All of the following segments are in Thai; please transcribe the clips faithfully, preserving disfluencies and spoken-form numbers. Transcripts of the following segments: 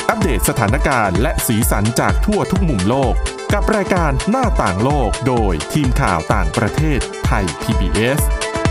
อัปเดตสถานการณ์และสีสันจากทั่วทุกมุมโลกกับรายการหน้าต่างโลกโดยทีมข่าวต่างประเทศไทย พี บี เอส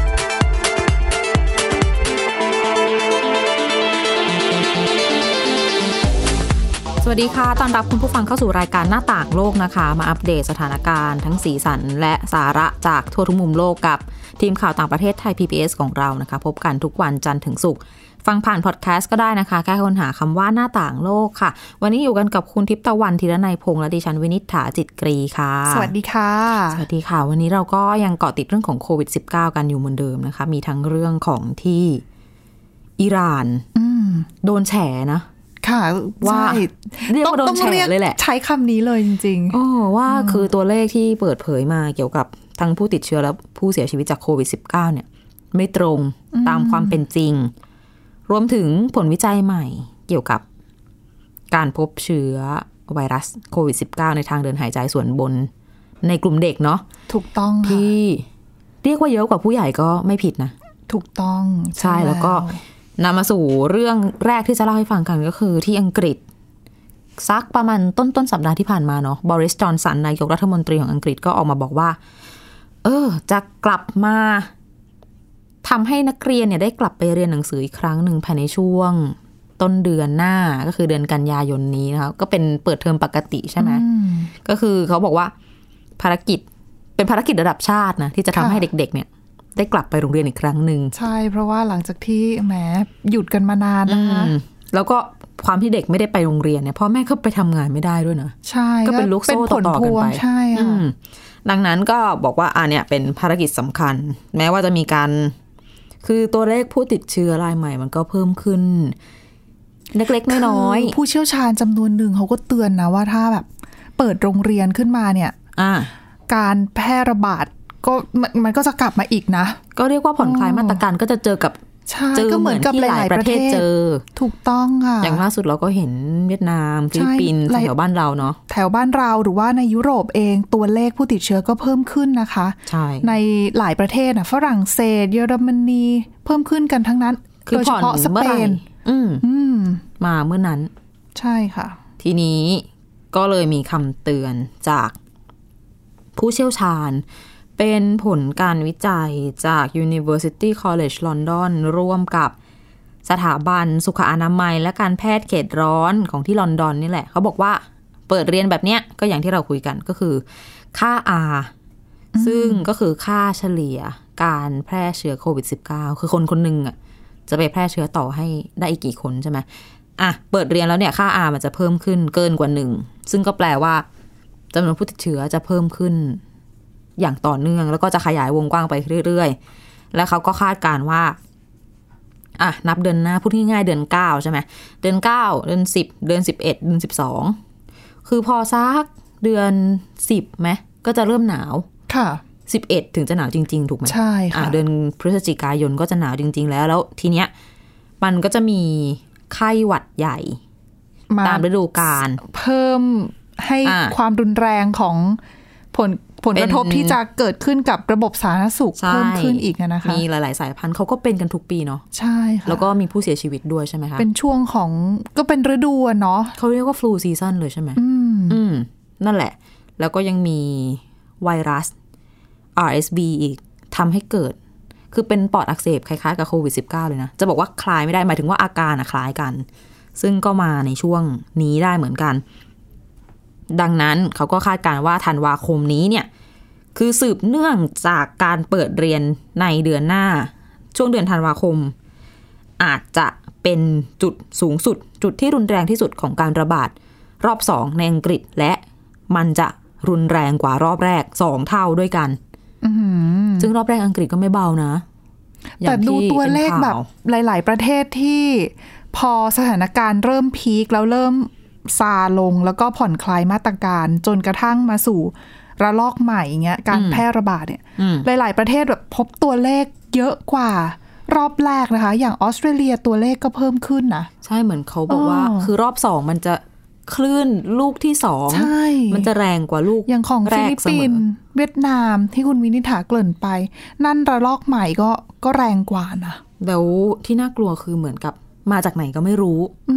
สวัสดีค่ะต้อนรับคุณผู้ฟังเข้าสู่รายการหน้าต่างโลกนะคะมาอัปเดตสถานการณ์ทั้งสีสันและสาระจากทั่วทุกมุมโลกกับทีมข่าวต่างประเทศไทย พี บี เอส ของเรานะคะพบกันทุกวันจันทร์ถึงศุกร์ฟังผ่านพอดแคสต์ก็ได้นะคะแค่ค้นหาคำว่าหน้าต่างโลกค่ะวันนี้อยู่กันกับคุณทิพย์ตะวันธีรนัยพงษ์และดิฉันวินิษฐาจิตกรีค่ะสวัสดีค่ะสวัสดีค่ะวันนี้เราก็ยังเกาะติดเรื่องของโควิด สิบเก้า กันอยู่เหมือนเดิมนะคะมีทั้งเรื่องของที่อิหร่านโดนแฉนะค่ะว่าเรียกว่าโดนแฉเลยแหละใช้คำนี้เลยจริงๆอ๋อว่าคือตัวเลขที่เปิดเผยมาเกี่ยวกับทั้งผู้ติดเชื้อและผู้เสียชีวิตจากโควิด สิบเก้า เนี่ยไม่ตรงตามความเป็นจริงรวมถึงผลวิจัยใหม่เกี่ยวกับการพบเชื้อไวรัสโควิด สิบเก้า ในทางเดินหายใจส่วนบนในกลุ่มเด็กเนาะถูกต้องที่เรียกว่าเยอะกว่าผู้ใหญ่ก็ไม่ผิดนะถูกต้องใช่แล้วก็นำมาสู่เรื่องแรกที่จะเล่าให้ฟังกันก็คือที่อังกฤษซักประมาณต้นต้นสัปดาห์ที่ผ่านมาเนาะบริส จอนสันนายกรัฐมนตรีของอังกฤษก็ออกมาบอกว่าเออจะกลับมาทำให้นักเรียนเนี่ยได้กลับไปเรียนหนังสืออีกครั้งหนึ่งภายในช่วงต้นเดือนหน้าก็คือเดือนกันยายนนี้นะคะก็เป็นเปิดเทอมปกติใช่ไหมก็คือเขาบอกว่าภารกิจเป็นภารกิจระดับชาตินะที่จะทำให้เด็กๆเนี่ยได้กลับไปโรงเรียนอีกครั้งหนึ่งใช่เพราะว่าหลังจากที่แหมหยุดกันมานานนะคะแล้วก็ความที่เด็กไม่ได้ไปโรงเรียนเนี่ยพ่อแม่ก็ไปทำงานไม่ได้ด้วยนะใช่ก็เป็นลูกโซ่ต่อๆกันไปใช่ค่ะดังนั้นก็บอกว่าอ่ะเนี่ยเป็นภารกิจสำคัญแม้ว่าจะมีการคือตัวเลขผู้ติดเชื้อรายใหม่มันก็เพิ่มขึ้นเล็กๆน้อยๆผู้เชี่ยวชาญจำนวนหนึ่งเขาก็เตือนนะว่าถ้าแบบเปิดโรงเรียนขึ้นมาเนี่ยการแพร่ระบาดก็มันก็จะกลับมาอีกนะก็เรียกว่าผ่อนคลายมาตรการก็จะเจอกับเจอเหมือนกับหลายประเทศเจอถูกต้องค่ะอย่างล่าสุดเราก็เห็นเวียดนามฟิลิปปินส์แถวบ้านเราเนาะแถวบ้านเราหรือว่าในยุโรปเองตัวเลขผู้ติดเชื้อก็เพิ่มขึ้นนะคะใช่ในหลายประเทศนะฝรั่งเศสเยอรมนีเพิ่มขึ้นกันทั้งนั้นโดยเฉพาะสเปนอืมอืมมาเมื่อนั้นใช่ค่ะทีนี้ก็เลยมีคำเตือนจากผู้เชี่ยวชาญเป็นผลการวิจัยจาก University College London ร่วมกับสถาบันสุขอนามัยและการแพทย์เขตร้อนของที่ลอนดอนนี่แหละเขาบอกว่าเปิดเรียนแบบเนี้ยก็อย่างที่เราคุยกันก็คือค่า R ซึ่งก็คือค่าเฉลี่ยการแพร่เชื้อโควิด สิบเก้า คือคนคนหนึ่งอ่ะจะไปแพร่เชื้อต่อให้ได้อีกกี่คนใช่ไหมอ่ะเปิดเรียนแล้วเนี่ยค่า R มันจะเพิ่มขึ้นเกินกว่าหนึ่งซึ่งก็แปลว่าจำนวนผู้ติดเชื้อจะเพิ่มขึ้นอย่างต่อเนื่องแล้วก็จะขยายวงกว้างไปเรื่อยๆแล้วเขาก็คาดการณ์ว่าอ่ะนับเดือนหน้าพูดง่ายๆเดือนเก้าใช่ไหมเดือนเก้าเดือนสิบเดือนสิบเอ็ดเดือนสิบสองคือพอซักเดือนสิบไหมก็จะเริ่มหนาวค่ะสิบเอ็ดถึงจะหนาวจริงๆถูกไหมใช่ค่ะอ่ะเดือนพฤศจิกายนก็จะหนาวจริงๆแล้วแล้วทีเนี้ยมันก็จะมีไข้หวัดใหญ่ตามฤดูกาลเพิ่มให้ความรุนแรงของผลผลกระทบที่จะเกิดขึ้นกับระบบสาธารณสุขเพิ่มขึ้นอีกนะคะมีหลายๆสายพันธุ์เขาก็เป็นกันทุกปีเนาะใช่ค่ะแล้วก็มีผู้เสียชีวิตด้วยใช่ไหมคะเป็นช่วงของก็เป็นฤดูเนาะเขาเรียกว่าฟลูซีซั่นเลยใช่ไหมอืมอืมนั่นแหละแล้วก็ยังมีไวรัส อาร์ เอส บี อีกทำให้เกิดคือเป็นปอดอักเสบคล้ายๆกับโควิด สิบเก้า เลยนะจะบอกว่าคล้ายไม่ได้หมายถึงว่าอาการอะคล้ายกันซึ่งก็มาในช่วงนี้ได้เหมือนกันดังนั้นเขาก็คาดการณ์ว่าธันวาคมนี้เนี่ยคือสืบเนื่องจากการเปิดเรียนในเดือนหน้าช่วงเดือนธันวาคมอาจจะเป็นจุดสูงสุดจุดที่รุนแรงที่สุดของการระบาดรอบสองในอังกฤษและมันจะรุนแรงกว่ารอบแรกสองเท่าด้วยกันซึ่งรอบแรกอังกฤษก็ไม่เบานะแต่ดูตัวเลขแบบหลายๆประเทศที่พอสถานการณ์เริ่มพีคแล้วเริ่มซาลงแล้วก็ผ่อนคลายมาตรการจนกระทั่งมาสู่ระลอกใหม่เงี้ยการแพร่ระบาดเนี่ยหลายๆประเทศแบบพบตัวเลขเยอะกว่ารอบแรกนะคะอย่างออสเตรเลียตัวเลขก็เพิ่มขึ้นนะใช่เหมือนเขาบอกว่าคือรอบสองมันจะคลื่นลูกที่สองมันจะแรงกว่าลูกอย่างของฟิลิปปินส์เวียดนามที่คุณวินิษฐาเกริ่นไปนั่นระลอกใหม่ก็ก็แรงกว่านะแล้วที่น่ากลัวคือเหมือนกับมาจากไหนก็ไม่รู้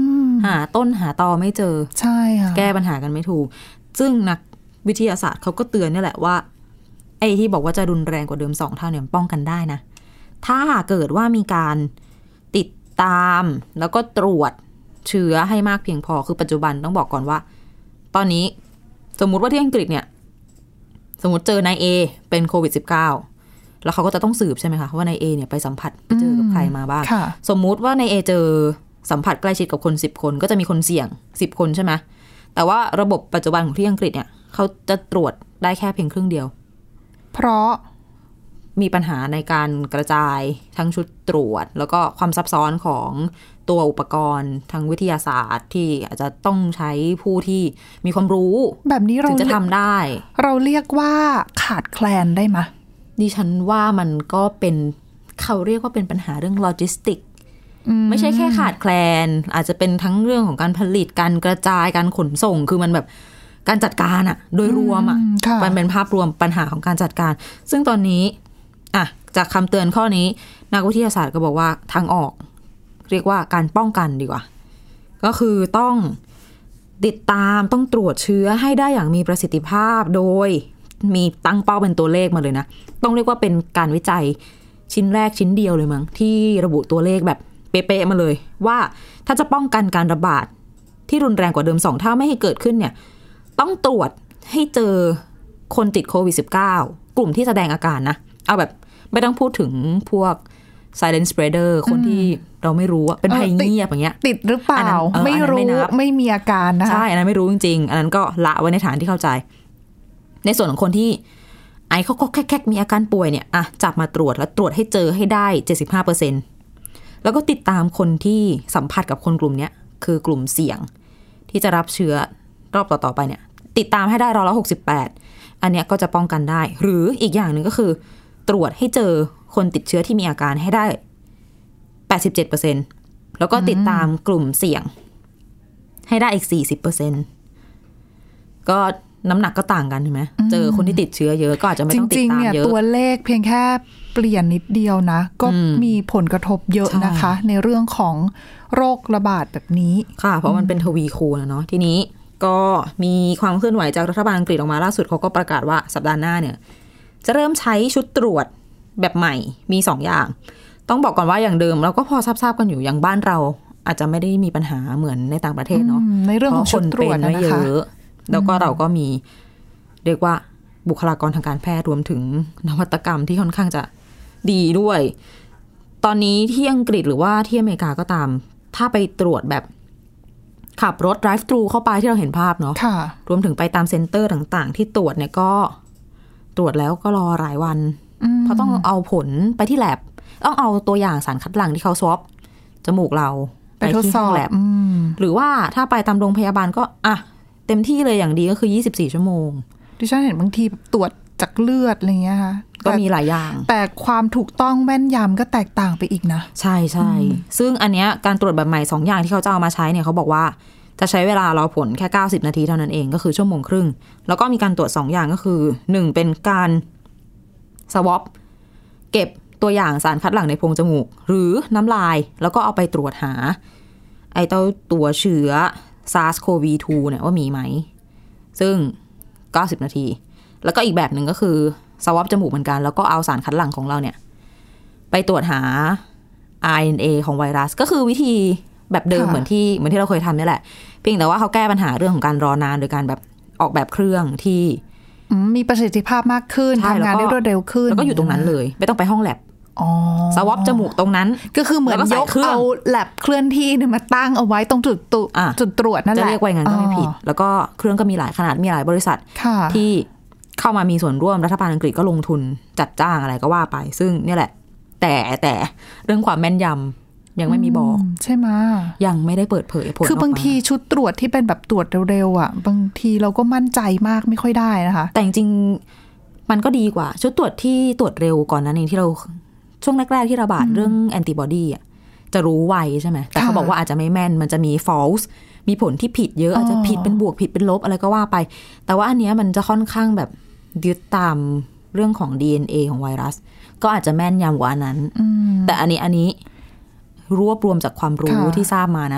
หาต้นหาตอไม่เจอใช่ค่ะแก้ปัญหากันไม่ถูกซึ่งนักวิทยาศาสตร์เขาก็เตือนนี่แหละว่าไอ้ที่บอกว่าจะรุนแรงกว่าเดิมสองเท่าเนี่ยป้องกันได้นะถ้าเกิดว่ามีการติดตามแล้วก็ตรวจเชื้อให้มากเพียงพอคือปัจจุบันต้องบอกก่อนว่าตอนนี้สมมุติว่าที่อังกฤษเนี่ยสมมติเจอนาย A เป็นโควิด สิบเก้า แล้วเขาก็จะต้องสืบใช่ไหมคะว่านาย A เนี่ยไปสัมผัสไปเจอกับใครมาบ้างสมมุติว่านาย A เจอสัมผัสใกล้ชิดกับคนสิบคนก็จะมีคนเสี่ยงสิบคนใช่ไหมแต่ว่าระบบปัจจุบันของที่อังกฤษเนี่ยเขาจะตรวจได้แค่เพียงครึ่งเดียวเพราะมีปัญหาในการกระจายทั้งชุดตรวจแล้วก็ความซับซ้อนของตัวอุปกรณ์ทางวิทยาศาสตร์ที่อาจจะต้องใช้ผู้ที่มีความรู้แบบนี้เราถึงจะทำได้เราเรียกว่าขาดแคลนได้ไหมดิฉันว่ามันก็เป็นเขาเรียกว่าเป็นปัญหาเรื่องโลจิสติกไม่ใช่แค่ขาดแคลนอาจจะเป็นทั้งเรื่องของการผลิตการกระจายการขนส่งคือมันแบบการจัดการอะโดยรวมอะมันเป็นภาพรวมปัญหาของการจัดการซึ่งตอนนี้อะจากคำเตือนข้อนี้นักวิทยาศาสตร์ก็บอกว่าทางออกเรียกว่าการป้องกันดีกว่าก็คือต้องติดตามต้องตรวจเชื้อให้ได้อย่างมีประสิทธิภาพโดยมีตั้งเป้าเป็นตัวเลขมาเลยนะต้องเรียกว่าเป็นการวิจัยชิ้นแรกชิ้นเดียวเลยมั้งที่ระบุตัวเลขแบบเป๊ะๆมาเลยว่าถ้าจะป้องกันการระบาดที่รุนแรงกว่าเดิมสองเท่าไม่ให้เกิดขึ้นเนี่ยต้องตรวจให้เจอคนติดโควิด สิบเก้า กลุ่มที่แสดงอาการนะเอาแบบไม่ต้องพูดถึงพวก silent spreader คนที่เราไม่รู้ว่าเป็นภัยเงียบอย่างเงี้ยติดหรือเปล่าไม่รู้ไม่มีอาการนะคะใช่อันนั้นไม่รู้จริงๆอันนั้นก็ละไว้ในฐานที่เข้าใจในส่วนของคนที่ไอเขาก็แค่ๆมีอาการป่วยเนี่ยอ่ะจับมาตรวจแล้วตรวจให้เจอให้ได้ เจ็ดสิบห้าเปอร์เซ็นต์ แล้วก็ติดตามคนที่สัมผัสกับคนกลุ่มนี้คือกลุ่มเสี่ยงที่จะรับเชื้อรอบต่อๆไปเนี่ยติดตามให้ได้ร้อยละหกสิบแปดอันเนี้ยก็จะป้องกันได้หรืออีกอย่างหนึ่งก็คือตรวจให้เจอคนติดเชื้อที่มีอาการให้ได้ แปดสิบเจ็ดเปอร์เซ็นต์ แล้วก็ติดตามกลุ่มเสี่ยงให้ได้อีก สี่สิบเปอร์เซ็นต์ ก็น้ำหนักก็ต่างกันใช่ไหมเจอคนที่ติดเชื้อเยอะก็อาจจะไม่ต้องติดตามเยอะจริงๆเนี่ยตัวเลขเพียงแค่เปลี่ยนนิดเดียวนะก็มีผลกระทบเยอะนะคะในเรื่องของโรคระบาดแบบนี้ค่ะเพราะมันเป็นทวีคูณนะเนาะทีนี้ก็มีความเคลื่อนไหวจากรัฐบาลอังกฤษออกมาล่าสุดเขาก็ประกาศว่าสัปดาห์หน้าเนี่ยจะเริ่มใช้ชุดตรวจแบบใหม่มีสองอย่างต้องบอกก่อนว่าอย่างเดิมเราก็พอทราบๆกันอยู่อย่างบ้านเราอาจจะไม่ได้มีปัญหาเหมือนในต่างประเทศเนาะในเรื่องของชุดตรวจไม่เยอะแล้วก็เราก็มีเรียกว่าบุคลากรทางการแพทย์รวมถึงนวัตกรรมที่ค่อนข้างจะดีด้วยตอนนี้ที่อังกฤษหรือว่าที่อเมริกาก็ตามถ้าไปตรวจแบบขับรถ drive thru เข้าไปที่เราเห็นภาพเนาะรวมถึงไปตามเซ็นเตอร์ต่างๆที่ตรวจเนี่ยก็ตรวจแล้วก็รอหลายวันเพราะต้องเอาผลไปที่ lab ต้องเอาตัวอย่างสารคัดหลั่งที่เขา swab จมูกเราไปที่ห้อง lab หรือว่าถ้าไปตามโรงพยาบาลก็อ่ะเต็มที่เลยอย่างดีก็คือยี่สิบสี่ชั่วโมงดิฉันเห็นบางทีตรวจจากเลือดอะไรเงี้ยค่ะก็มีหลายอย่างแต่ความถูกต้องแม่นยำก็แตกต่างไปอีกนะใช่ใช่ซึ่งอันเนี้ยการตรวจแบบใหม่สองอย่างที่เขาจะเอามาใช้เนี่ยเขาบอกว่าจะใช้เวลารอผลแค่เก้าสิบนาทีเท่านั้นเองก็คือชั่วโมงครึ่งแล้วก็มีการตรวจสองอย่างก็คือหนึ่งเป็นการสวอปเก็บตัวอย่างสารคัดหลั่งในโพรงจมูกหรือน้ำลายแล้วก็เอาไปตรวจหาไอ้เจ้าตัวเชื้อ ซาร์ส โค วี ทู เนี่ยว่ามีไหมซึ่งเก้าสิบนาทีแล้วก็อีกแบบหนึ่งก็คือสวอปจมูกเหมือนกันแล้วก็เอาสารคัดหลั่งของเราเนี่ยไปตรวจหา อาร์ เอ็น เอ ของไวรัสก็คือวิธีแบบเดิมเหมือนที่เหมือนที่เราเคยทำนี่แหละเพียงแต่ว่าเขาแก้ปัญหาเรื่องของการรอนานโดยการแบบออกแบบเครื่องที่มีประสิทธิภาพมากขึ้นทำงานได้รวดเร็วขึ้นแล้วก็อยู่ตรงนั้นเลยไม่ต้องไปห้องแลบสวอปจมูกตรงนั้นก็คือเหมือนยกเอาแลบเคลื่อนที่เนี่ยมาตั้งเอาไว้ตรงจุดตุจุดตรวจนั่นแหละจะเรียกว่าอย่างนั้นก็ไม่ผิดแล้วก็เครื่องก็มีหลายขนาดมีหลายบริษัทที่เข้ามามีส่วนร่วมรัฐบาลอังกฤษก็ลงทุนจัดจ้างอะไรก็ว่าไปซึ่งนี่แหละแต่แต่เรื่องความแม่นยำยังไม่มีบอกใช่ไหมยังไม่ได้เปิดเผยผลคือบางทีชุดตรวจที่เป็นแบบตรวจเร็วๆอ่ะบางทีเราก็มั่นใจมากไม่ค่อยได้นะคะแต่จริงๆมันก็ดีกว่าชุดตรวจที่ตรวจเร็วก่อนนั้นเองที่เราช่วงแรกๆที่ระบาดเรื่องแอนติบอดีอ่ะจะรู้ไวใช่ไหมแต่เขาบอกว่าอาจจะไม่แม่นมันจะมี false มีผลที่ผิดเยอะอาจจะผิดเป็นบวกผิดเป็นลบอะไรก็ว่าไปแต่ว่าอันเนี้ยมันจะค่อนข้างแบบยึดตามเรื่องของ ดี เอ็น เอ ของไวรัสก็อาจจะแม่นยำกว่านั้นแต่อันนี้อันนี้รวบรวมจากความรู้ที่ทราบมานะ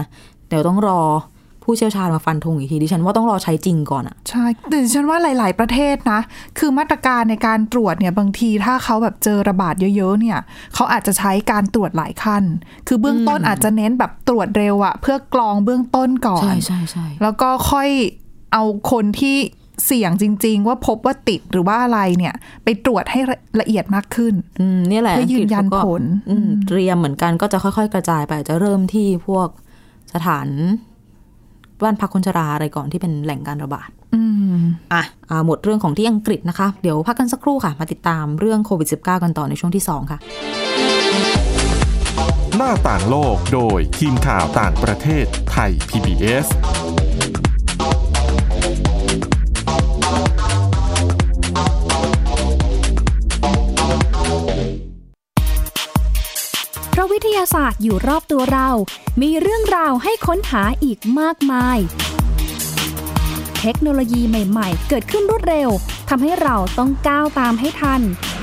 เดี๋ยวต้องรอผู้เชี่ยวชาญมาฟันธงอีกทีดิฉันว่าต้องรอใช้จริงก่อนอะใช่แต่ดิฉันว่าหลายๆประเทศนะคือมาตรการในการตรวจเนี่ยบางทีถ้าเขาแบบเจอระบาดเยอะๆเนี่ยเขาอาจจะใช้การตรวจหลายขั้นคือเบื้องต้นอาจจะเน้นแบบตรวจเร็วอะเพื่อกรองเบื้องต้นก่อนใช่ใช่ใช่แล้วก็ค่อยเอาคนที่เสี่ยงจริงๆว่าพบว่าติดหรือว่าอะไรเนี่ยไปตรวจให้ละเอียดมากขึ้นอืมนี่แหละเพื่อยืนยันผลเตรียมเหมือนกันก็จะค่อยๆกระจายไปจะเริ่มที่พวกสถานบ้านพักคนชราอะไรก่อนที่เป็นแหล่งการระบาดอืมอ่ะอ่าหมดเรื่องของที่อังกฤษนะคะเดี๋ยวพักกันสักครู่ค่ะมาติดตามเรื่องโควิด สิบเก้า กันต่อในช่วงที่สองค่ะหน้าต่างโลกโดยทีมข่าวต่างประเทศไทย พี บี เอสเพราะวิทยาศาสตร์อยู่รอบตัวเรามีเรื่องราวให้ค้นหาอีกมากมายเทคโนโลยีใหม่ๆเกิดขึ้นรวดเร็วทำให้เราต้องก้าวตามให้ทัน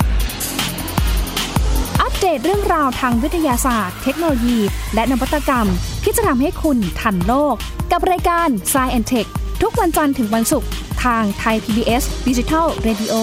อัปเดตเรื่องราวทางวิทยาศาสตร์เทคโนโลยีและนวัตกรรมที่จะทำให้คุณทันโลกกับรายการ Science แอนด์ Tech ทุกวันจันทร์ถึงวันศุกร์ทางไทย พี บี เอส Digital Radio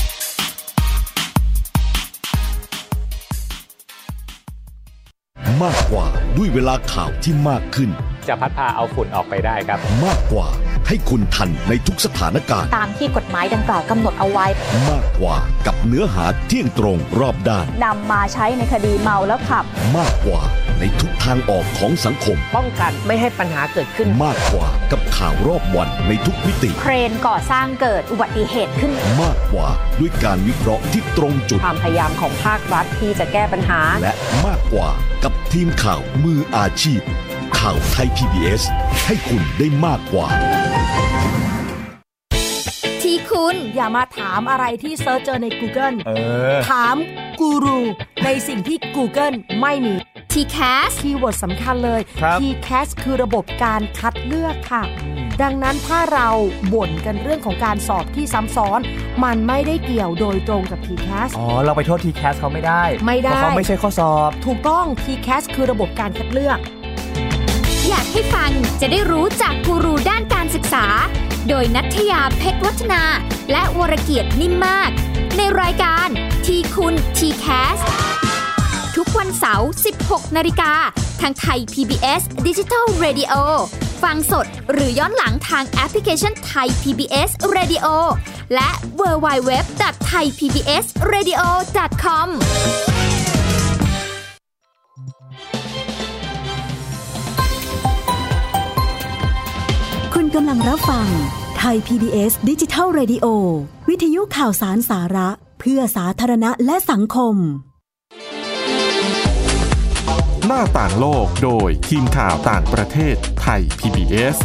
มากกว่าด้วยเวลาข่าวที่มากขึ้นจะพัดพาเอาฝุ่นออกไปได้ครับมากกว่าให้คุณทันในทุกสถานการณ์ตามที่กฎหมายดังกล่าวกำหนดเอาไว้มากกว่ากับเนื้อหาเที่ยงตรงรอบด้านนำมาใช้ในคดีเมาแล้วขับมากกว่าในทุกทางออกของสังคมป้องกันไม่ให้ปัญหาเกิดขึ้นมากกว่ากับข่าวรอบวันในทุกมิติเครนก่อสร้างเกิดอุบัติเหตุขึ้นมากกว่าด้วยการวิเคราะห์ที่ตรงจุดความพยายามของภาครัฐที่จะแก้ปัญหาและมากกว่ากับทีมข่าวมืออาชีพข่าวไทย พี บี เอส ให้คุณได้มากกว่าที่คุณอย่ามาถามอะไรที่เซิร์ชเจอใน Google เออถามกูรูในสิ่งที่ Google ไม่มีที แคสคีย์เวิร์ดสำคัญเลย ที แคส คือระบบการคัดเลือกค่ะดังนั้นถ้าเราบ่นกันเรื่องของการสอบที่ซ้ำซ้อนมันไม่ได้เกี่ยวโดยตรงกับ ที แคสอ๋อเราไปโทษ ที แคส เขาไม่ได้ไม่ได้เพราะเขาไม่ใช่ข้อสอบถูกต้อง ที แคส คือระบบการคัดเลือกอยากให้ฟังจะได้รู้จากกูรูด้านการศึกษาโดยณัฐยาเพชรวัฒนาและวรเกียรตินิ่มมากในรายการทีคุณ ที แคส ทุกวันเสาร์ สิบหกนาฬิกาทางไทย พี บี เอส Digital Radio ฟังสดหรือย้อนหลังทางแอปพลิเคชันไทย พี บี เอส Radio และ ดับเบิลยู ดับเบิลยู ดับเบิลยู ดอท ไทย พี บี เอส เรดิโอ ดอท คอมคุณกำลังรับฟังไทย พี บี เอส Digital Radio วิทยุข่าวสารสาระเพื่อสาธารณะและสังคมหน้าต่างโลกโดยทีมข่าวต่างประเทศไทย พี บี เอส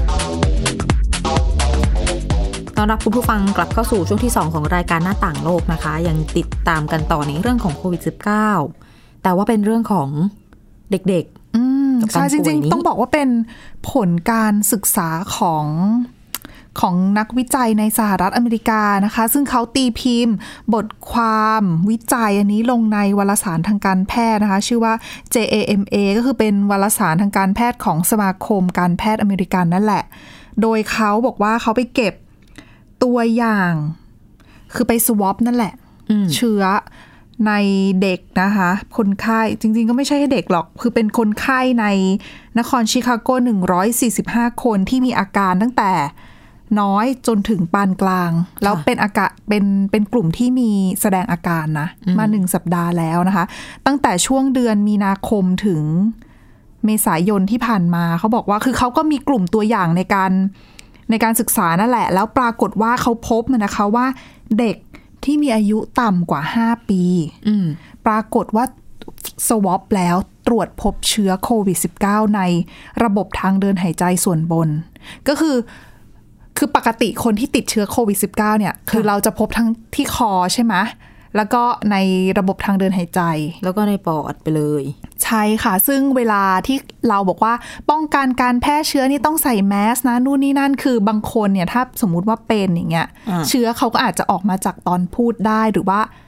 ต้อนรับคุณผู้ฟังกลับเข้าสู่ช่วงที่สองของรายการหน้าต่างโลกนะคะยังติดตามกันต่อในเรื่องของโควิด สิบเก้า แต่ว่าเป็นเรื่องของเด็กๆอืมใช่จริงๆต้องบอกว่าเป็นผลการศึกษาของของนักวิจัยในสหรัฐอเมริกานะคะซึ่งเขาตีพิมพ์บทความวิจัยอันนี้ลงในวารสารทางการแพทย์นะคะชื่อว่า เจ เอ เอ็ม เอ ก็คือเป็นวารสารทางการแพทย์ของสมาคมการแพทย์อเมริกันนั่นแหละโดยเขาบอกว่าเขาไปเก็บตัวอย่างคือไปสวอปนั่นแหละเชื้อในเด็กนะคะคนไข้จริงๆก็ไม่ใช่แค่เด็กหรอกคือเป็นคนไข้ในนครชิคาโกหนึ่งร้อยสี่สิบห้าคนที่มีอาการตั้งแต่น้อยจนถึงปานกลางแล้วเป็นอาการเป็นเป็นกลุ่มที่มีแสดงอาการนะมาหนึ่งสัปดาห์แล้วนะคะตั้งแต่ช่วงเดือนมีนาคมถึงเมษายนที่ผ่านมาเขาบอกว่าคือเขาก็มีกลุ่มตัวอย่างในการในการศึกษานั่นแหละแล้วปรากฏว่าเขาพบมันนะคะว่าเด็กที่มีอายุต่ำกว่าห้าปีปรากฏว่าสวอปแล้วตรวจพบเชื้อโควิด สิบเก้า ในระบบทางเดินหายใจส่วนบนก็คือคือปกติคนที่ติดเชื้อโควิด สิบเก้า เนี่ยคือเราจะพบทั้งที่คอใช่ไหมแล้วก็ในระบบทางเดินหายใจแล้วก็ในปอดไปเลยใช่ค่ะซึ่งเวลาที่เราบอกว่าป้องกันการแพร่เชื้อนี่ต้องใส่แมสนะนู่นนี่นั่นคือบางคนเนี่ยถ้าสมมุติว่าเป็นอย่างเงี้ยเชื้อเขาก็อาจจะออกมาจากตอนพูดได้หรือว่า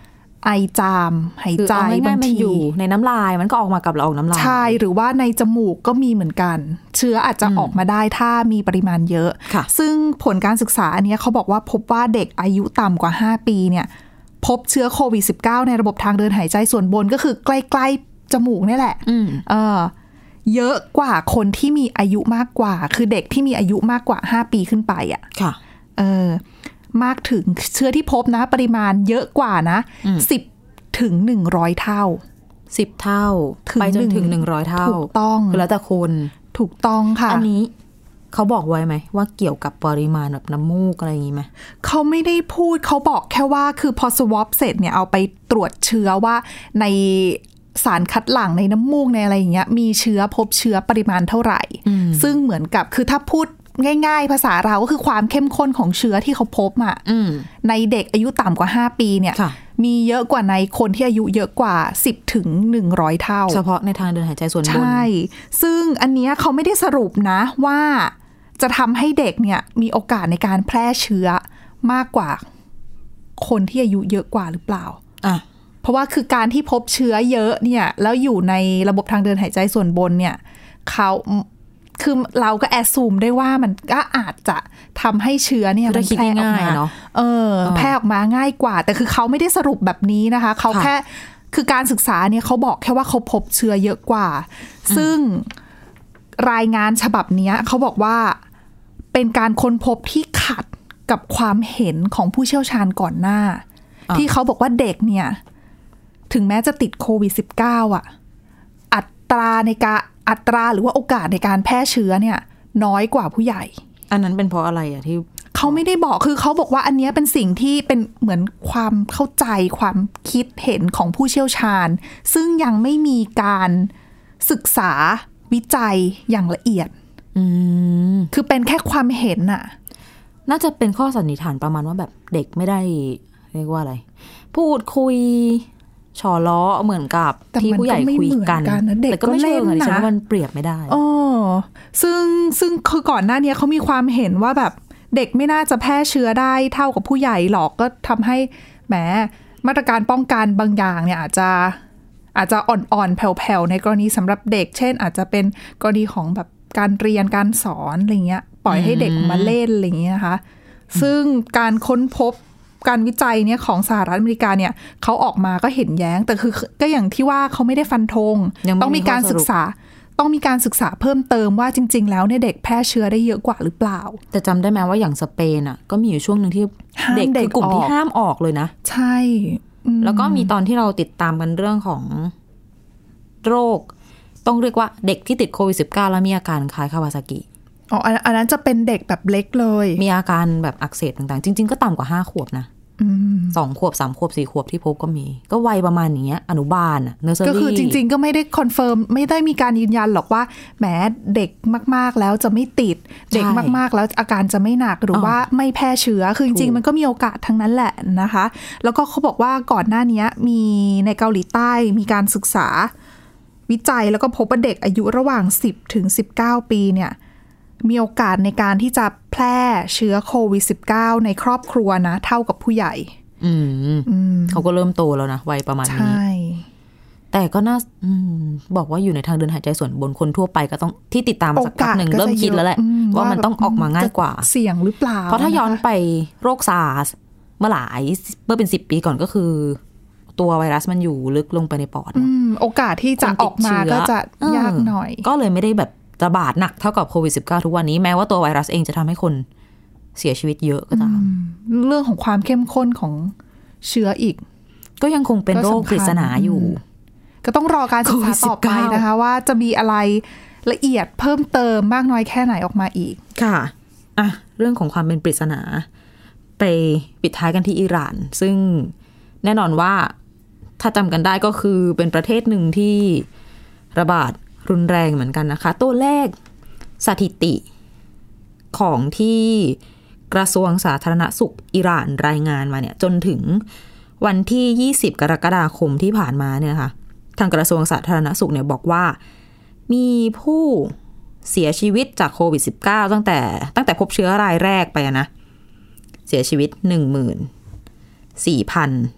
ไอจามหายใจบางทีอยู่ในน้ำลายมันก็ออกมากับละอองน้ำลายใช่หรือว่าในจมูกก็มีเหมือนกันเชื้ออาจจะออกมาได้ถ้ามีปริมาณเยอะซึ่งผลการศึกษาอันนี้เขาบอกว่าพบว่าเด็กอายุต่ำกว่าห้าปีเนี่ยพบเชื้อโควิด สิบเก้า ในระบบทางเดินหายใจส่วนบนก็คือใกล้ๆจมูกนี่แหละเออเยอะกว่าคนที่มีอายุมากกว่าคือเด็กที่มีอายุมากกว่าห้าปีขึ้นไปอ่ะค่ะเออมากถึงเชื้อที่พบนะปริมาณเยอะกว่านะสิบถึงหนึ่งร้อยเท่าสิบเท่าไปจนถึงหนึ่งร้อยเท่าถูกต้องแล้วแต่คนถูกต้องค่ะอันนี้เขาบอกไว้ไหมว่าเกี่ยวกับปริมาณแบบน้ำมูกอะไรอย่างนี้ไหมเขาไม่ได้พูดเขาบอกแค่ว่าคือพอสวอปเสร็จเนี่ยเอาไปตรวจเชื้อว่าในสารคัดหลั่งในน้ำมูกในอะไรอย่างเงี้ยมีเชื้อพบเชื้อปริมาณเท่าไหร่ซึ่งเหมือนกับคือถ้าพูดง่ายๆภาษาเราก็คือความเข้มข้นของเชื้อที่เขาพบอ่ะในเด็กอายุต่ำกว่าห้าปีเนี่ยมีเยอะกว่าในคนที่อายุเยอะกว่าสิบถึงหนึ่งร้อยเท่าเฉพาะในทางเดินหายใจส่วนบนใช่ซึ่งอันเนี้ยเขาไม่ได้สรุปนะว่าจะทำให้เด็กเนี่ยมีโอกาสในการแพร่เชื้อมากกว่าคนที่อายุเยอะกว่าหรือเปล่าอ่ะเพราะว่าคือการที่พบเชื้อเยอะเนี่ยแล้วอยู่ในระบบทางเดินหายใจส่วนบนเนี่ยเขาคือเราก็แอสซูมได้ว่ามันก็อาจจะทำให้เชื้อเนี่ยมันแพร่ออกมาเออแพร่ออกมาง่ายกว่าแต่คือเขาไม่ได้สรุปแบบนี้นะคะเขาแค่คือการศึกษาเนี่ยเขาบอกแค่ว่าเขาพบเชื้อเยอะกว่าซึ่งรายงานฉบับนี้เขาบอกว่าเป็นการค้นพบที่ขัดกับความเห็นของผู้เชี่ยวชาญก่อนหน้าที่เขาบอกว่าเด็กเนี่ยถึงแม้จะติดโควิด สิบเก้า อ่ะอัตราในการอัตราหรือว่าโอกาสในการแพร่เชื้อเนี่ยน้อยกว่าผู้ใหญ่อันนั้นเป็นเพราะอะไรอ่ะที่เขาไม่ได้บอกคือเขาบอกว่าอันนี้เป็นสิ่งที่เป็นเหมือนความเข้าใจความคิดเห็นของผู้เชี่ยวชาญซึ่งยังไม่มีการศึกษาวิจัยอย่างละเอียดคือเป็นแค่ความเห็นน่ะน่าจะเป็นข้อสันนิษฐานประมาณว่าแบบเด็กไม่ได้เรียกว่าอะไรพูดคุยชอล้อเหมือนกับที่ผู้ใหญ่คุยกันแต่ก็ไม่เชิงอะดิฉันว่ามันเปรียบไม่ได้อ๋อซึ่งซึ่งคือก่อนหน้านี้เขามีความเห็นว่าแบบเด็กไม่น่าจะแพร่เชื้อได้เท่ากับผู้ใหญ่หรอกก็ทำให้แหมมาตรการป้องกันบางอย่างเนี่ยอาจจะอาจจะอ่อนๆแผ่วๆในกรณีสำหรับเด็กเช่นอาจจะเป็นกรณีของแบบการเรียนการสอนอะไรเงี้ยปล่อยให้เด็กมาเล่นอะไรเงี้ยนะคะซึ่งการค้นพบการวิจัยเนี่ยของสหรัฐอเมริกาเนี่ยเขาออกมาก็เห็นแย้งแต่คือก็อย่างที่ว่าเขาไม่ได้ฟันธงต้องมีการศึกษาต้องมีการศึกษาเพิ่มเติมว่าจริงๆแล้วเนี่ยเด็กแพร่เชื้อได้เยอะกว่าหรือเปล่าแต่จำได้ไหมว่าอย่างสเปนอ่ะก็มีอยู่ช่วงหนึ่งที่เด็กคือกลุ่มที่ห้ามออกเลยนะใช่แล้วก็มีตอนที่เราติดตามกันเรื่องของโรคต้องเรียกว่าเด็กที่ติดโควิด สิบเก้า แล้วมีอาการคล้ายคาวาซากิอ๋ออันนั้นจะเป็นเด็กแบบเล็กเลยมีอาการแบบอักเสบต่างๆจริงๆก็ต่ำกว่าห้าขวบนะสองขวบสามขวบสี่ขวบที่พบก็มีก็วัยประมาณนี้อนุบาลอะเนอร์เซอรี่ก็คือจริงๆก็ไม่ได้คอนเฟิร์มไม่ได้มีการยืนยันหรอกว่าแหมเด็กมากๆแล้วจะไม่ติดเด็กมากๆแล้วอาการจะไม่หนักหรือว่าไม่แพร่เชื้อคือจริงๆมันก็มีโอกาสทั้งนั้นแหละนะคะแล้วก็เขาบอกว่าก่อนหน้านี้มีในเกาหลีใต้มีการศึกษาวิจัยแล้วก็พบว่าเด็กอายุระหว่างสิบถึงสิบเก้าปีเนี่ยมีโอกาสในการที่จะแพร่เชื้อโควิด สิบเก้า ในครอบครัวนะเท่ากับผู้ใหญ่อืมเขาก็เริ่มโตแล้วนะวัยประมาณนี้แต่ก็น่าบอกว่าอยู่ในทางเดินหายใจส่วนบนคนทั่วไปก็ต้องที่ติดตามสักพักหนึ่งเริ่มคิดแล้วแหละว่ามันต้องออกมาง่ายกว่าเสี่ยงหรือเปล่าเพราะถ้าย้อนไปโรคซาร์สเมื่อหลายเมื่อเป็นสิบปีก่อนก็คือตัวไวรัสมันอยู่ลึกลงไปในปอดโอกาสที่จะออกมาก็จะยากหน่อยก็เลยไม่ได้แบบระบาดหนักเท่ากับโควิด สิบเก้า ทุกวันนี้แม้ว่าตัวไวรัสเองจะทำให้คนเสียชีวิตเยอะก็ตามเรื่องของความเข้มข้นของเชื้ออีกก็ยังคงเป็นโรคปริศนาอยู่ก็ต้องรอการศึกษาต่อไปนะคะว่าจะมีอะไรละเอียดเพิ่มเติมมากน้อยแค่ไหนออกมาอีกค่ะอ่ะเรื่องของความเป็นปริศนาไปปิดท้ายกันที่อิหร่านซึ่งแน่นอนว่าถ้าจำกันได้ก็คือเป็นประเทศหนึ่งที่ระบาดรุนแรงเหมือนกันนะคะตัวเลขสถิติของที่กระทรวงสาธารณสุขอิหร่านรายงานมาเนี่ยจนถึงวันที่ยี่สิบกรกฎาคมที่ผ่านมาเนี่ยนะคะทางกระทรวงสาธารณสุขเนี่ยบอกว่ามีผู้เสียชีวิตจากโควิด สิบเก้า ตั้งแต่ตั้งแต่พบเชื้อรายแรกไปนะเสียชีวิต หนึ่งหมื่นสี่พัน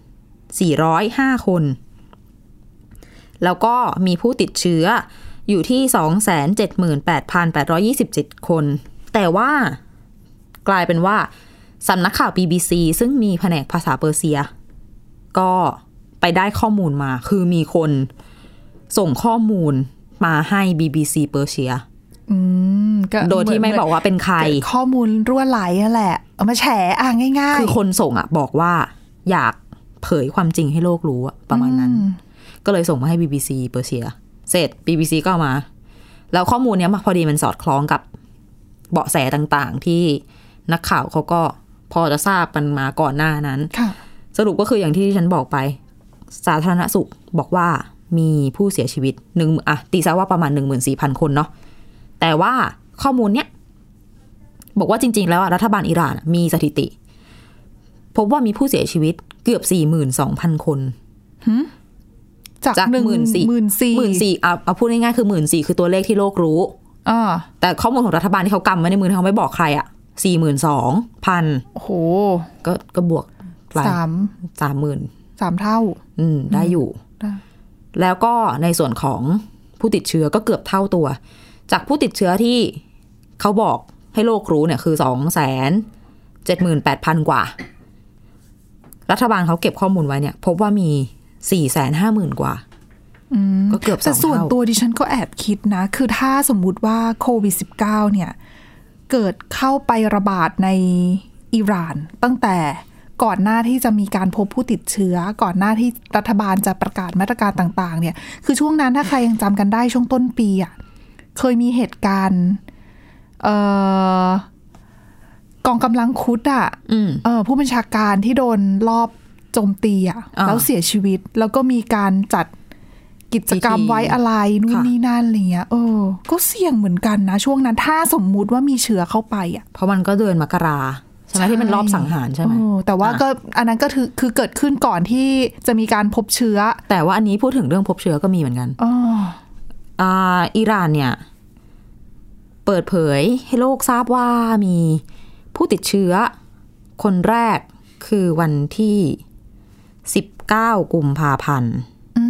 สี่ร้อยห้าคนแล้วก็มีผู้ติดเชื้ออยู่ที่ สองแสนเจ็ดหมื่นแปดพันแปดร้อยยี่สิบเจ็ด คนแต่ว่ากลายเป็นว่าสำนักข่าว บี บี ซี ซึ่งมีแผนกภาษาเปอร์เซียก็ไปได้ข้อมูลมาคือมีคนส่งข้อมูลมาให้ บี บี ซี เปอร์เซียโดยที่ไม่บอกว่าเป็นใครข้อมูลรั่วไหลนั่นแหละเอามาแฉอ่ะง่ายๆคือคนส่งอ่ะบอกว่าอยากเผยความจริงให้โลกรู้ประมาณนั้นก็เลยส่งมาให้ บี บี ซี เปอร์เซียเสร็จ บี บี ซี ก็มาแล้วข้อมูลเนี้ยพอดีมันสอดคล้องกับเบาะแสต่างๆที่นักข่าวเขาก็พอจะทราบกันมาก่อนหน้านั้นสรุปก็คืออย่างที่ฉันบอกไปสาธารณสุขบอกว่ามีผู้เสียชีวิตหนึ่งอ่ะตีซะว่าประมาณ หนึ่งหมื่นสี่พัน คนเนาะแต่ว่าข้อมูลเนี้ยบอกว่าจริงๆแล้วรัฐบาลอิหร่านมีสถิติพบว่ามีผู้เสียชีวิตเกือบ สี่หมื่นสองพัน คนจากหนึ่งหมื่นสี่พัน หนึ่งหมื่นสี่พัน เอาเอาพูดง่ายๆคือ หนึ่งหมื่นสี่พัน คือตัวเลขที่โลกรู้แต่ข้อมูลของรัฐบาลที่เขากำไว้ในมือเขาไม่บอกใครอ่ะ สี่หมื่นสองพันโอ้โหก็ก็บวกสามสามหมื่นสามเท่าอืมได้อยู่แล้วก็ในส่วนของผู้ติดเชื้อก็เกือบเท่าตัวจากผู้ติดเชื้อที่เขาบอกให้โลกรู้เนี่ยคือ สองแสนเจ็ดหมื่นแปดพัน กว่ารัฐบาลเขาเก็บข้อมูลไว้เนี่ยพบว่ามี สี่แสนห้าหมื่น กว่าก็เกือบสองเท่าแต่ส่วนตัวดิฉันก็แอบคิดนะคือถ้าสมมุติว่าโควิด สิบเก้า เนี่ยเกิดเข้าไประบาดในอิหร่านตั้งแต่ก่อนหน้าที่จะมีการพบผู้ติดเชื้อก่อนหน้าที่รัฐบาลจะประกาศมาตรการต่างๆเนี่ยคือช่วงนั้นถ้าใครยังจำกันได้ช่วงต้นปีอ่ะเคยมีเหตุการณ์เอ่อกองกำลังคุดอ่ะเออผู้บัญชาการที่โดนรอบโจมตีอ่ะแล้วเสียชีวิตแล้วก็มีการจัดกิจกรรมไว้อะไรนู่นนี่นั่นอะไรเงี้ยเออก็เสี่ยงเหมือนกันนะช่วงนั้นถ้าสมมุติว่ามีเชื้อเข้าไปอ่ะเพราะมันก็เดือนมกราใช่ไหมที่มันรอบสังหารใช่ไหมแต่ว่าก็อันนั้นก็คือคือเกิดขึ้นก่อนที่จะมีการพบเชื้อแต่ว่าอันนี้พูดถึงเรื่องพบเชื้อก็มีเหมือนกันอ๋ออ่าอิหร่านเนี่ยเปิดเผยให้โลกทราบว่ามีผู้ติดเชื้อคนแรกคือวันที่สิบเก้ากุมภาพันธ์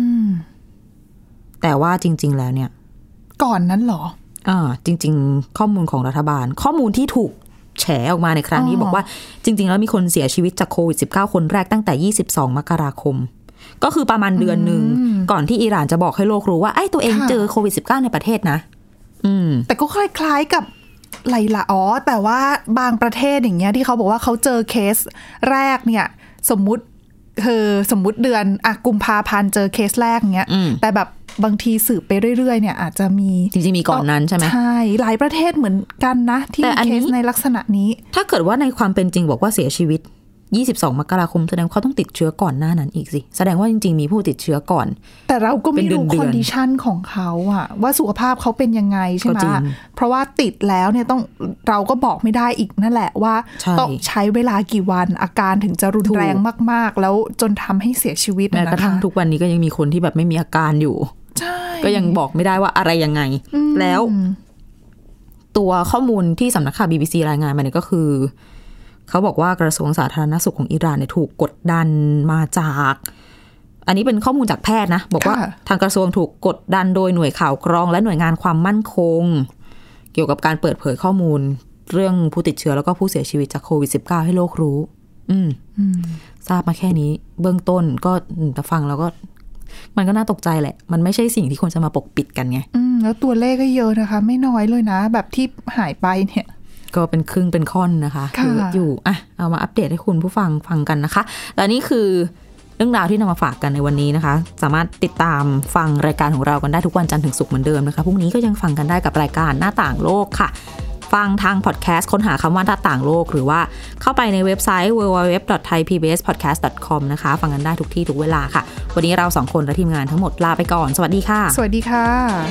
แต่ว่าจริงๆแล้วเนี่ยก่อนนั้นเหรออ่าจริงๆข้อมูลของรัฐบาลข้อมูลที่ถูกแฉออกมาในครั้งนี้บอกว่าจริงๆแล้วมีคนเสียชีวิตจากโควิด สิบเก้า คนแรกตั้งแต่ยี่สิบสองมกราคมก็คือประมาณเดือนนึงก่อนที่อิหร่านจะบอกให้โลกรู้ว่าไอ้ตัวเองเจอโควิด สิบเก้า ในประเทศนะอืมแต่ก็คล้ายๆกับไรละอ๋อแต่ว่าบางประเทศอย่างเงี้ยที่เขาบอกว่าเขาเจอเคสแรกเนี่ยสมมุติคือสมมุติเดือนอ่ะกุมภาพันธ์เจอเคสแรกเงี้ยแต่แบบบางทีสืบไปเรื่อยๆเนี่ยอาจจะมีจริงๆมีก่อนนั้นใช่ไหมใช่หลายประเทศเหมือนกันนะที่มีเคสในลักษณะนี้ถ้าเกิดว่าในความเป็นจริงบอกว่าเสียชีวิตยี่สิบสองมกราคมแสดงเขาต้องติดเชื้อก่อนหน้านั้นอีกสิแสดงว่าจริงๆมีผู้ติดเชื้อก่อนแต่เราก็ไม่รู้คอนดิชันของเขาอะว่าสุขภาพเขาเป็นยังไงใช่ไหมเพราะว่าติดแล้วเนี่ยต้องเราก็บอกไม่ได้อีกนั่นแหละว่าต้องใช้เวลากี่วันอาการถึงจะรุนแรงมากๆแล้วจนทำให้เสียชีวิตแม้กระทั่งทุกวันนี้ก็ยังมีคนที่แบบไม่มีอาการอยู่ก็ยังบอกไม่ได้ว่าอะไรยังไงแล้วตัวข้อมูลที่สำนักข่าว บี บี ซี รายงานมาเนี่ยก็คือเขาบอกว่ากระทรวงสาธารณสุขของอิหร่านเนี่ยถูกกดดันมาจากอันนี้เป็นข้อมูลจากแพทย์นะบอกว่าทางกระทรวงถูกกดดันโดยหน่วยข่าวกรองและหน่วยงานความมั่นคงเกี่ยวกับการเปิดเผยข้อมูลเรื่องผู้ติดเชื้อแล้วก็ผู้เสียชีวิตจากโควิด สิบเก้า ให้โลกรู้อืมทราบมาแค่นี้เบื้องต้นก็แต่ฟังแล้วก็มันก็น่าตกใจแหละมันไม่ใช่สิ่งที่ควรจะมาปกปิดกันไงอืมแล้วตัวเลขก็เยอะนะคะไม่น้อยเลยนะแบบที่หายไปเนี่ยก็เป็นครึ่งเป็นค่อนนะคะเยอะอยู่อ่ะเอามาอัปเดตให้คุณผู้ฟังฟังกันนะคะและนี่คือเรื่องราวที่นำมาฝากกันในวันนี้นะคะสามารถติดตามฟังรายการของเรากันได้ทุกวันจันทร์ถึงศุกร์เหมือนเดิมนะคะพรุ่งนี้ก็ยังฟังกันได้กับรายการหน้าต่างโลกค่ะฟังทางพอดแคสต์ค้นหาคำว่าหน้าต่างโลกหรือว่าเข้าไปในเว็บไซต์ ดับเบิลยู ดับเบิลยู ดับเบิลยู ดอท ไทย พี บี เอส พอดแคสต์ ดอท คอม นะคะฟังกันได้ทุกที่ทุกเวลาค่ะวันนี้เราสองคนและทีมงานทั้งหมดลาไปก่อนสวัสดีค่ะสวัสดีค่ะ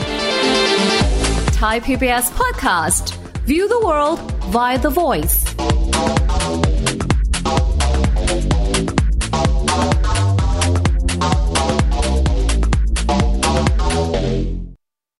Thai พี บี เอส Podcast View the world via the voice